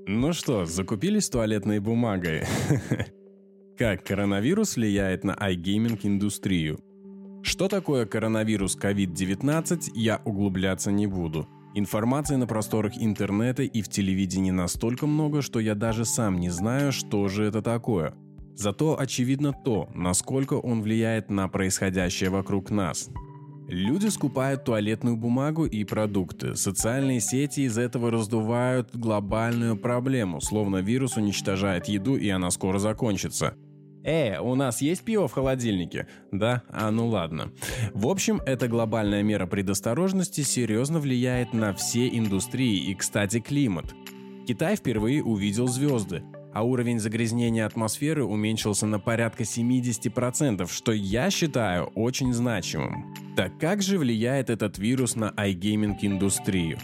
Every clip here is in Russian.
Ну что, закупились туалетной бумагой? Как коронавирус влияет на iGaming-индустрию? Что такое коронавирус COVID-19, я углубляться не буду. Информации на просторах интернета и в телевидении настолько много, что я даже сам не знаю, что же это такое. Зато очевидно то, насколько он влияет на происходящее вокруг нас. Люди скупают туалетную бумагу и продукты. Социальные сети из этого раздувают глобальную проблему, словно вирус уничтожает еду и она скоро закончится. У нас есть пиво в холодильнике? Да? Ну ладно. В общем, эта глобальная мера предосторожности серьезно влияет на все индустрии и, кстати, климат. Китай впервые увидел звезды, а уровень загрязнения атмосферы уменьшился на порядка 70%, что я считаю очень значимым. Так как же влияет этот вирус на iGaming-индустрию?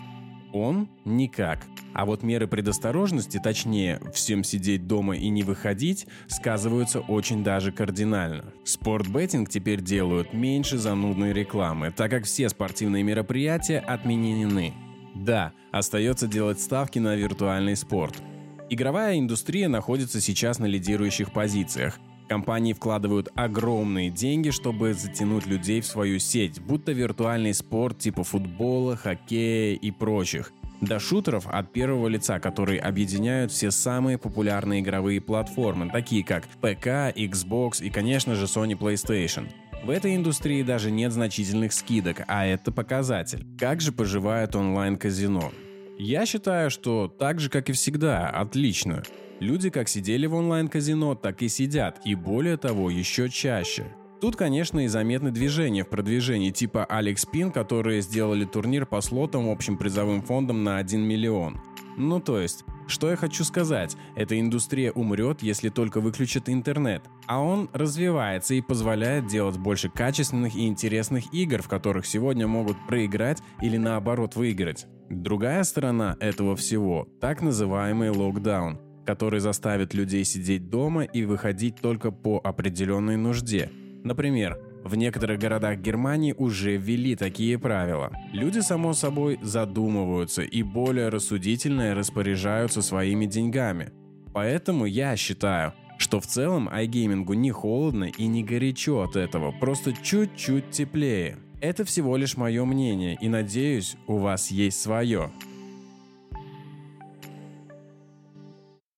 Он никак. А вот меры предосторожности, точнее, всем сидеть дома и не выходить, сказываются очень даже кардинально. Спортбеттинг теперь делают меньше занудной рекламы, так как все спортивные мероприятия отменены. Да, остается делать ставки на виртуальный спорт. Игровая индустрия находится сейчас на лидирующих позициях. Компании вкладывают огромные деньги, чтобы затянуть людей в свою сеть, будто виртуальный спорт типа футбола, хоккея и прочих. До шутеров от первого лица, которые объединяют все самые популярные игровые платформы, такие как ПК, Xbox и, конечно же, Sony PlayStation. В этой индустрии даже нет значительных скидок, а это показатель. Как же поживает онлайн-казино? Я считаю, что так же, как и всегда, отлично. Люди как сидели в онлайн-казино, так и сидят, и более того, еще чаще. Тут, конечно, и заметны движения в продвижении типа AlexSpin, которые сделали турнир по слотам общим призовым фондом на 1 миллион. Ну то есть, что я хочу сказать, эта индустрия умрет, если только выключат интернет. А он развивается и позволяет делать больше качественных и интересных игр, в которых сегодня могут проиграть или наоборот выиграть. Другая сторона этого всего – так называемый локдаун, который заставит людей сидеть дома и выходить только по определенной нужде. Например, в некоторых городах Германии уже ввели такие правила. Люди, само собой, задумываются и более рассудительно распоряжаются своими деньгами. Поэтому я считаю, что в целом iGaming'у не холодно и не горячо от этого, просто чуть-чуть теплее. Это всего лишь мое мнение, и надеюсь, у вас есть свое.